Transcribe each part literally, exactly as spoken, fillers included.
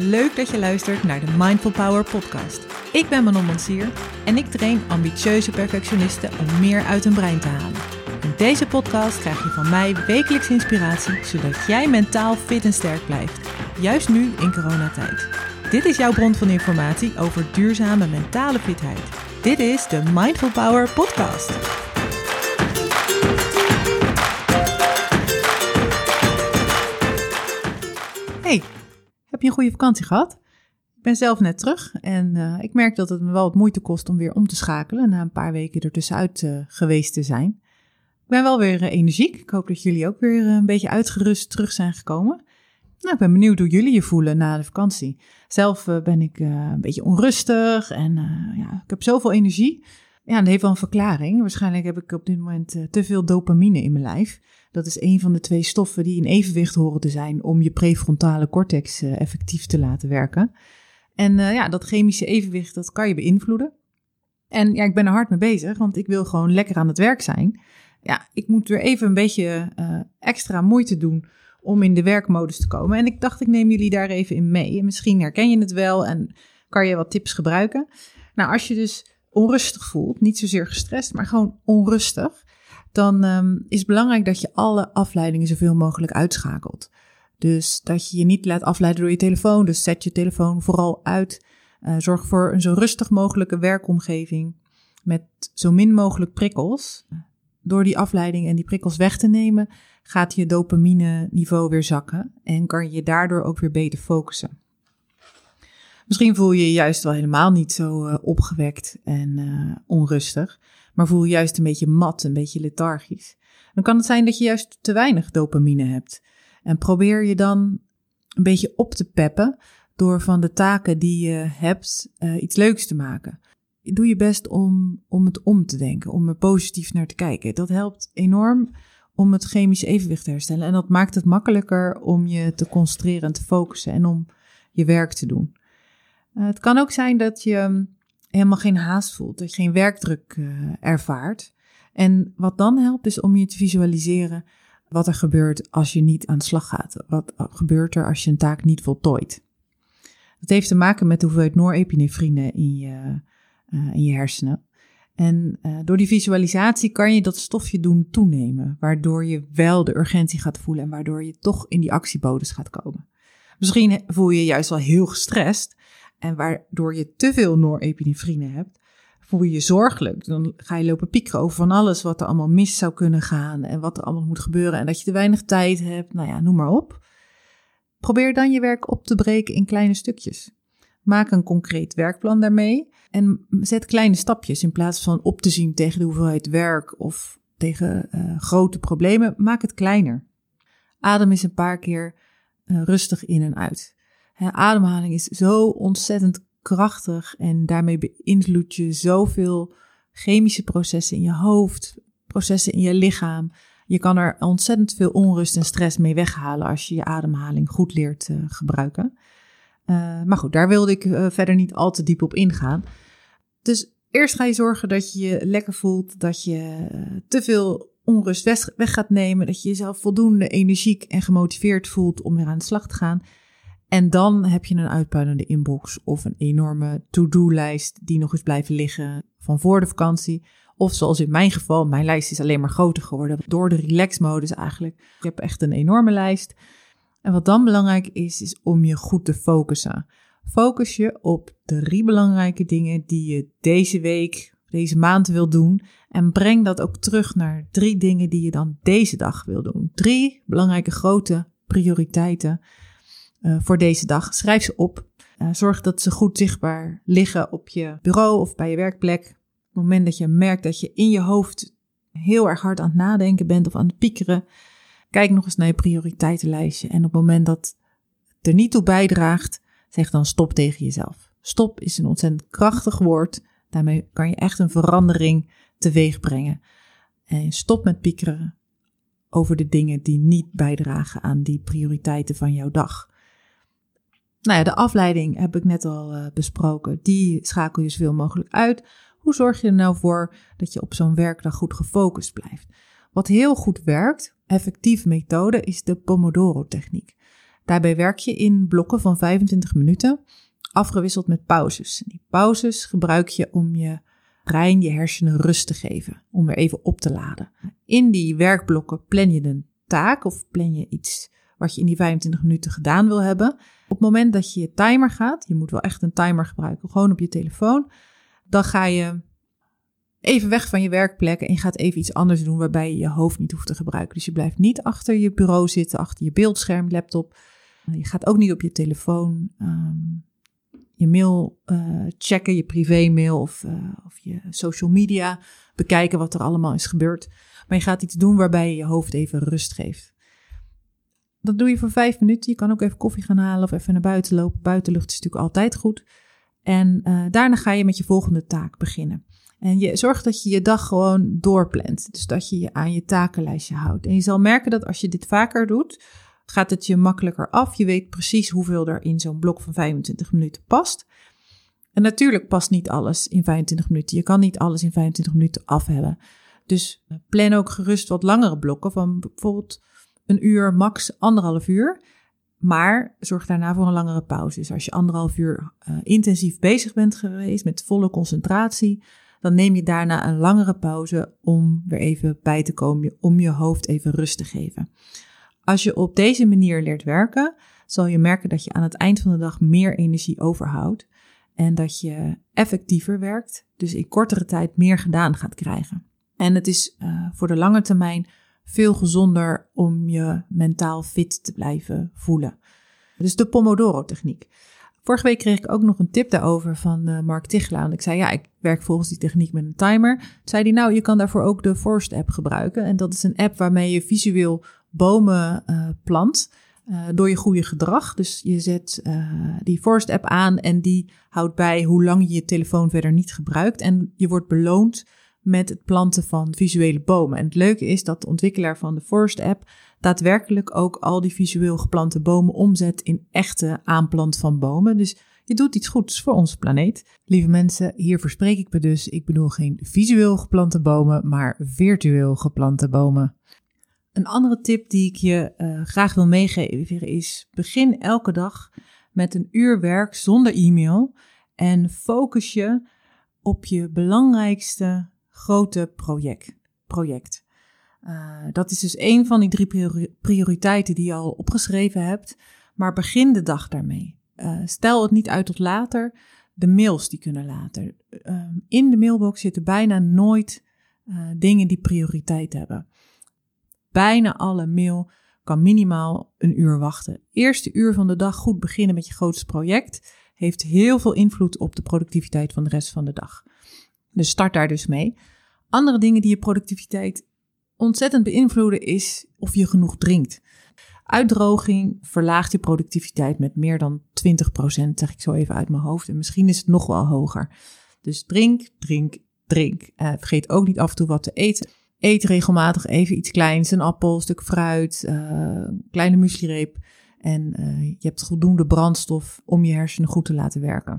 leuk dat je luistert naar de Mindful Power podcast. Ik ben Manon Mansier en ik train ambitieuze perfectionisten om meer uit hun brein te halen. In deze podcast krijg je van mij wekelijks inspiratie, zodat jij mentaal fit en sterk blijft. Juist nu in coronatijd. Dit is jouw bron van informatie over duurzame mentale fitheid. Dit is de Mindful Power podcast. Hey, heb je een goede vakantie gehad? Ik ben zelf net terug en uh, ik merk dat het me wel wat moeite kost om weer om te schakelen na een paar weken ertussenuit uh, geweest te zijn. Ik ben wel weer uh, energiek. Ik hoop dat jullie ook weer uh, een beetje uitgerust terug zijn gekomen. Nou, ik ben benieuwd hoe jullie je voelen na de vakantie. Zelf uh, ben ik uh, een beetje onrustig en uh, ja, ik heb zoveel energie. Ja, dat heeft wel een verklaring. Waarschijnlijk heb ik op dit moment uh, te veel dopamine in mijn lijf. Dat is een van de twee stoffen die in evenwicht horen te zijn om je prefrontale cortex uh, effectief te laten werken. En uh, ja, dat chemische evenwicht, dat kan je beïnvloeden. En ja, ik ben er hard mee bezig, want ik wil gewoon lekker aan het werk zijn. Ja, ik moet weer even een beetje uh, extra moeite doen om in de werkmodus te komen. En ik dacht, ik neem jullie daar even in mee. En misschien herken je het wel en kan je wat tips gebruiken. Nou, als je dus onrustig voelt, niet zozeer gestrest, maar gewoon onrustig, dan um, is het belangrijk dat je alle afleidingen zoveel mogelijk uitschakelt. Dus dat je je niet laat afleiden door je telefoon. Dus zet je telefoon vooral uit. Uh, zorg voor een zo rustig mogelijke werkomgeving met zo min mogelijk prikkels. Door die afleiding en die prikkels weg te nemen, gaat je dopamine niveau weer zakken en kan je daardoor ook weer beter focussen. Misschien voel je je juist wel helemaal niet zo uh, opgewekt en uh, onrustig, maar voel je juist een beetje mat, een beetje lethargisch. Dan kan het zijn dat je juist te weinig dopamine hebt. En probeer je dan een beetje op te peppen door van de taken die je hebt uh, iets leuks te maken. Doe je best om, om het om te denken, om er positief naar te kijken. Dat helpt enorm om het chemische evenwicht te herstellen. En dat maakt het makkelijker om je te concentreren en te focussen en om je werk te doen. Uh, het kan ook zijn dat je helemaal geen haast voelt, dat je geen werkdruk uh, ervaart. En wat dan helpt is om je te visualiseren wat er gebeurt als je niet aan de slag gaat. Wat gebeurt er als je een taak niet voltooit? Dat heeft te maken met de hoeveelheid norepinefrine in je, uh, in je hersenen. En uh, door die visualisatie kan je dat stofje doen toenemen, waardoor je wel de urgentie gaat voelen en waardoor je toch in die actiemodus gaat komen. Misschien voel je je juist wel heel gestrest en waardoor je te veel norepinefrine hebt, voel je je zorgelijk. Dan ga je lopen piekeren over van alles wat er allemaal mis zou kunnen gaan en wat er allemaal moet gebeuren en dat je te weinig tijd hebt. Nou ja, noem maar op. Probeer dan je werk op te breken in kleine stukjes. Maak een concreet werkplan daarmee en zet kleine stapjes in plaats van op te zien tegen de hoeveelheid werk of tegen uh, grote problemen. Maak het kleiner. Adem eens een paar keer uh, rustig in en uit. He, ademhaling is zo ontzettend krachtig en daarmee beïnvloed je zoveel chemische processen in je hoofd, processen in je lichaam. Je kan er ontzettend veel onrust en stress mee weghalen als je je ademhaling goed leert uh, gebruiken. Uh, maar goed, daar wilde ik uh, verder niet al te diep op ingaan. Dus eerst ga je zorgen dat je je lekker voelt, dat je uh, te veel onrust weg, weg gaat nemen, dat je jezelf voldoende energiek en gemotiveerd voelt om weer aan de slag te gaan. En dan heb je een uitpuilende inbox of een enorme to-do-lijst die nog eens blijven liggen van voor de vakantie. Of zoals in mijn geval, mijn lijst is alleen maar groter geworden door de relax-modus eigenlijk. Ik heb echt een enorme lijst. En wat dan belangrijk is, is om je goed te focussen. Focus je op drie belangrijke dingen die je deze week, deze maand wil doen. En breng dat ook terug naar drie dingen die je dan deze dag wil doen. Drie belangrijke grote prioriteiten uh, voor deze dag. Schrijf ze op. Uh, zorg dat ze goed zichtbaar liggen op je bureau of bij je werkplek. Op het moment dat je merkt dat je in je hoofd heel erg hard aan het nadenken bent of aan het piekeren, kijk nog eens naar je prioriteitenlijstje. En op het moment dat het er niet toe bijdraagt, zeg dan stop tegen jezelf. Stop is een ontzettend krachtig woord. Daarmee kan je echt een verandering teweeg brengen. En stop met piekeren over de dingen die niet bijdragen aan die prioriteiten van jouw dag. Nou ja, de afleiding heb ik net al uh, besproken. Die schakel je zoveel mogelijk uit. Hoe zorg je er nou voor dat je op zo'n werkdag goed gefocust blijft? Wat heel goed werkt, effectieve methode, is de Pomodoro-techniek. Daarbij werk je in blokken van vijfentwintig minuten, afgewisseld met pauzes. Die pauzes gebruik je om je brein, je hersenen rust te geven, om weer even op te laden. In die werkblokken plan je een taak of plan je iets wat je in die vijfentwintig minuten gedaan wil hebben. Op het moment dat je je timer gaat, je moet wel echt een timer gebruiken, gewoon op je telefoon, dan ga je even weg van je werkplek en je gaat even iets anders doen waarbij je je hoofd niet hoeft te gebruiken. Dus je blijft niet achter je bureau zitten, achter je beeldscherm, laptop. Je gaat ook niet op je telefoon um, je mail uh, checken, je privémail of, uh, of je social media bekijken wat er allemaal is gebeurd. Maar je gaat iets doen waarbij je je hoofd even rust geeft. Dat doe je voor vijf minuten. Je kan ook even koffie gaan halen of even naar buiten lopen. Buitenlucht is natuurlijk altijd goed. En uh, daarna ga je met je volgende taak beginnen. En je zorgt dat je je dag gewoon doorplant. Dus dat je je aan je takenlijstje houdt. En je zal merken dat als je dit vaker doet, gaat het je makkelijker af. Je weet precies hoeveel er in zo'n blok van vijfentwintig minuten past. En natuurlijk past niet alles in vijfentwintig minuten. Je kan niet alles in vijfentwintig minuten af hebben. Dus plan ook gerust wat langere blokken van bijvoorbeeld een uur, max anderhalf uur. Maar zorg daarna voor een langere pauze. Dus als je anderhalf uur uh, intensief bezig bent geweest met volle concentratie, dan neem je daarna een langere pauze om weer even bij te komen, om je hoofd even rust te geven. Als je op deze manier leert werken, zal je merken dat je aan het eind van de dag meer energie overhoudt en dat je effectiever werkt, dus in kortere tijd meer gedaan gaat krijgen. En het is uh, voor de lange termijn veel gezonder om je mentaal fit te blijven voelen. Dus de Pomodoro-techniek. Vorige week kreeg ik ook nog een tip daarover van uh, Mark Tichelaar. Want ik zei, ja, ik werk volgens die techniek met een timer. Toen zei hij, nou, je kan daarvoor ook de Forest-app gebruiken. En dat is een app waarmee je visueel bomen uh, plant uh, door je goede gedrag. Dus je zet uh, die Forest-app aan en die houdt bij hoe lang je je telefoon verder niet gebruikt. En je wordt beloond met het planten van visuele bomen. En het leuke is dat de ontwikkelaar van de Forest-app daadwerkelijk ook al die visueel geplante bomen omzet in echte aanplant van bomen. Dus je doet iets goeds voor onze planeet. Lieve mensen, hier verspreek ik me dus. Ik bedoel geen visueel geplante bomen, maar virtueel geplante bomen. Een andere tip die ik je uh, graag wil meegeven is: begin elke dag met een uur werk zonder e-mail en focus je op je belangrijkste grote project. project. Uh, dat is dus één van die drie priori- prioriteiten die je al opgeschreven hebt, maar begin de dag daarmee. Uh, stel het niet uit tot later. De mails die kunnen later. Uh, in de mailbox zitten bijna nooit uh, dingen die prioriteit hebben. Bijna alle mail kan minimaal een uur wachten. Eerste uur van de dag goed beginnen met je grootste project heeft heel veel invloed op de productiviteit van de rest van de dag. Dus start daar dus mee. Andere dingen die je productiviteit ontzettend beïnvloeden is of je genoeg drinkt. Uitdroging verlaagt je productiviteit met meer dan twintig procent, zeg ik zo even uit mijn hoofd. En misschien is het nog wel hoger. Dus drink, drink, drink. Uh, vergeet ook niet af en toe wat te eten. Eet regelmatig even iets kleins, een appel, een stuk fruit, uh, een kleine mueslireep. En uh, je hebt voldoende brandstof om je hersenen goed te laten werken.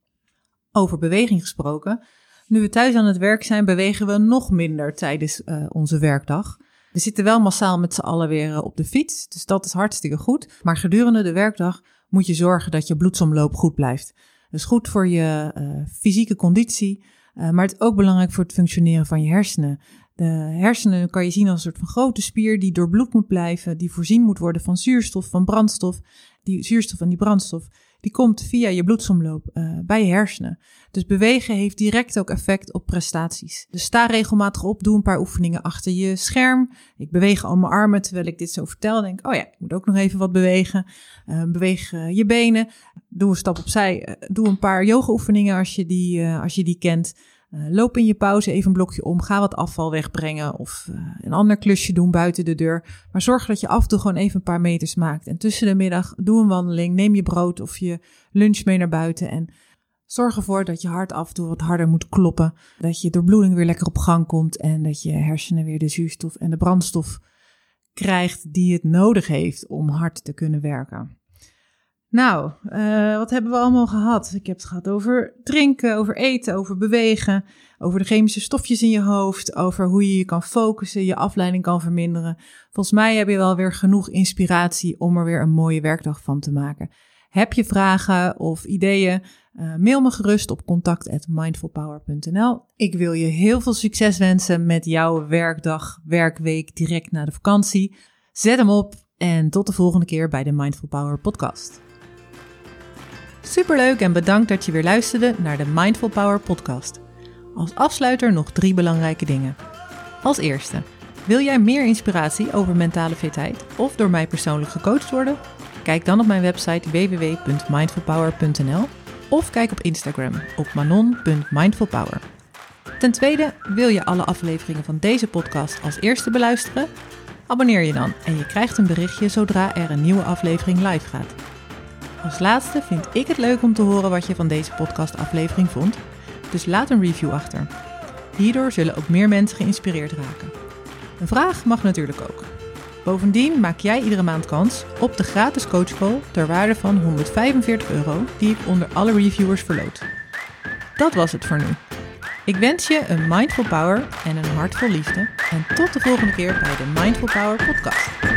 Over beweging gesproken. Nu we thuis aan het werk zijn, bewegen we nog minder tijdens uh, onze werkdag. We zitten wel massaal met z'n allen weer uh, op de fiets, dus dat is hartstikke goed. Maar gedurende de werkdag moet je zorgen dat je bloedsomloop goed blijft. Dat is goed voor je uh, fysieke conditie, uh, maar het is ook belangrijk voor het functioneren van je hersenen. De hersenen kan je zien als een soort van grote spier die doorbloed moet blijven, die voorzien moet worden van zuurstof, van brandstof. Die zuurstof en die brandstof, die komt via je bloedsomloop uh, bij je hersenen. Dus bewegen heeft direct ook effect op prestaties. Dus sta regelmatig op, doe een paar oefeningen achter je scherm. Ik beweeg al mijn armen terwijl ik dit zo vertel. Denk, oh ja, ik moet ook nog even wat bewegen. Uh, beweeg uh, je benen. Doe een stap opzij. Uh, doe een paar yoga-oefeningen als je die, uh, als je die kent. Uh, loop in je pauze even een blokje om. Ga wat afval wegbrengen of uh, een ander klusje doen buiten de deur. Maar zorg dat je af en toe gewoon even een paar meters maakt. En tussen de middag doe een wandeling. Neem je brood of je lunch mee naar buiten. En zorg ervoor dat je hart af en toe wat harder moet kloppen. Dat je doorbloeding weer lekker op gang komt. En dat je hersenen weer de zuurstof en de brandstof krijgt die het nodig heeft om hard te kunnen werken. Nou, uh, wat hebben we allemaal gehad? Ik heb het gehad over drinken, over eten, over bewegen, over de chemische stofjes in je hoofd, over hoe je je kan focussen, je afleiding kan verminderen. Volgens mij heb je wel weer genoeg inspiratie om er weer een mooie werkdag van te maken. Heb je vragen of ideeën? Uh, mail me gerust op contact at mindfulpower punt n l. Ik wil je heel veel succes wensen met jouw werkdag, werkweek direct na de vakantie. Zet hem op en tot de volgende keer bij de Mindful Power podcast. Superleuk en bedankt dat je weer luisterde naar de Mindful Power podcast. Als afsluiter nog drie belangrijke dingen. Als eerste, wil jij meer inspiratie over mentale fitheid of door mij persoonlijk gecoacht worden? Kijk dan op mijn website w w w punt mindfulpower punt n l of kijk op Instagram op manon punt mindfulpower. Ten tweede, wil je alle afleveringen van deze podcast als eerste beluisteren? Abonneer je dan en je krijgt een berichtje zodra er een nieuwe aflevering live gaat. Als laatste vind ik het leuk om te horen wat je van deze podcastaflevering vond, dus laat een review achter. Hierdoor zullen ook meer mensen geïnspireerd raken. Een vraag mag natuurlijk ook. Bovendien maak jij iedere maand kans op de gratis coachcall ter waarde van honderdvijfenveertig euro die ik onder alle reviewers verloot. Dat was het voor nu. Ik wens je een mindful power en een hart vol liefde en tot de volgende keer bij de Mindful Power podcast.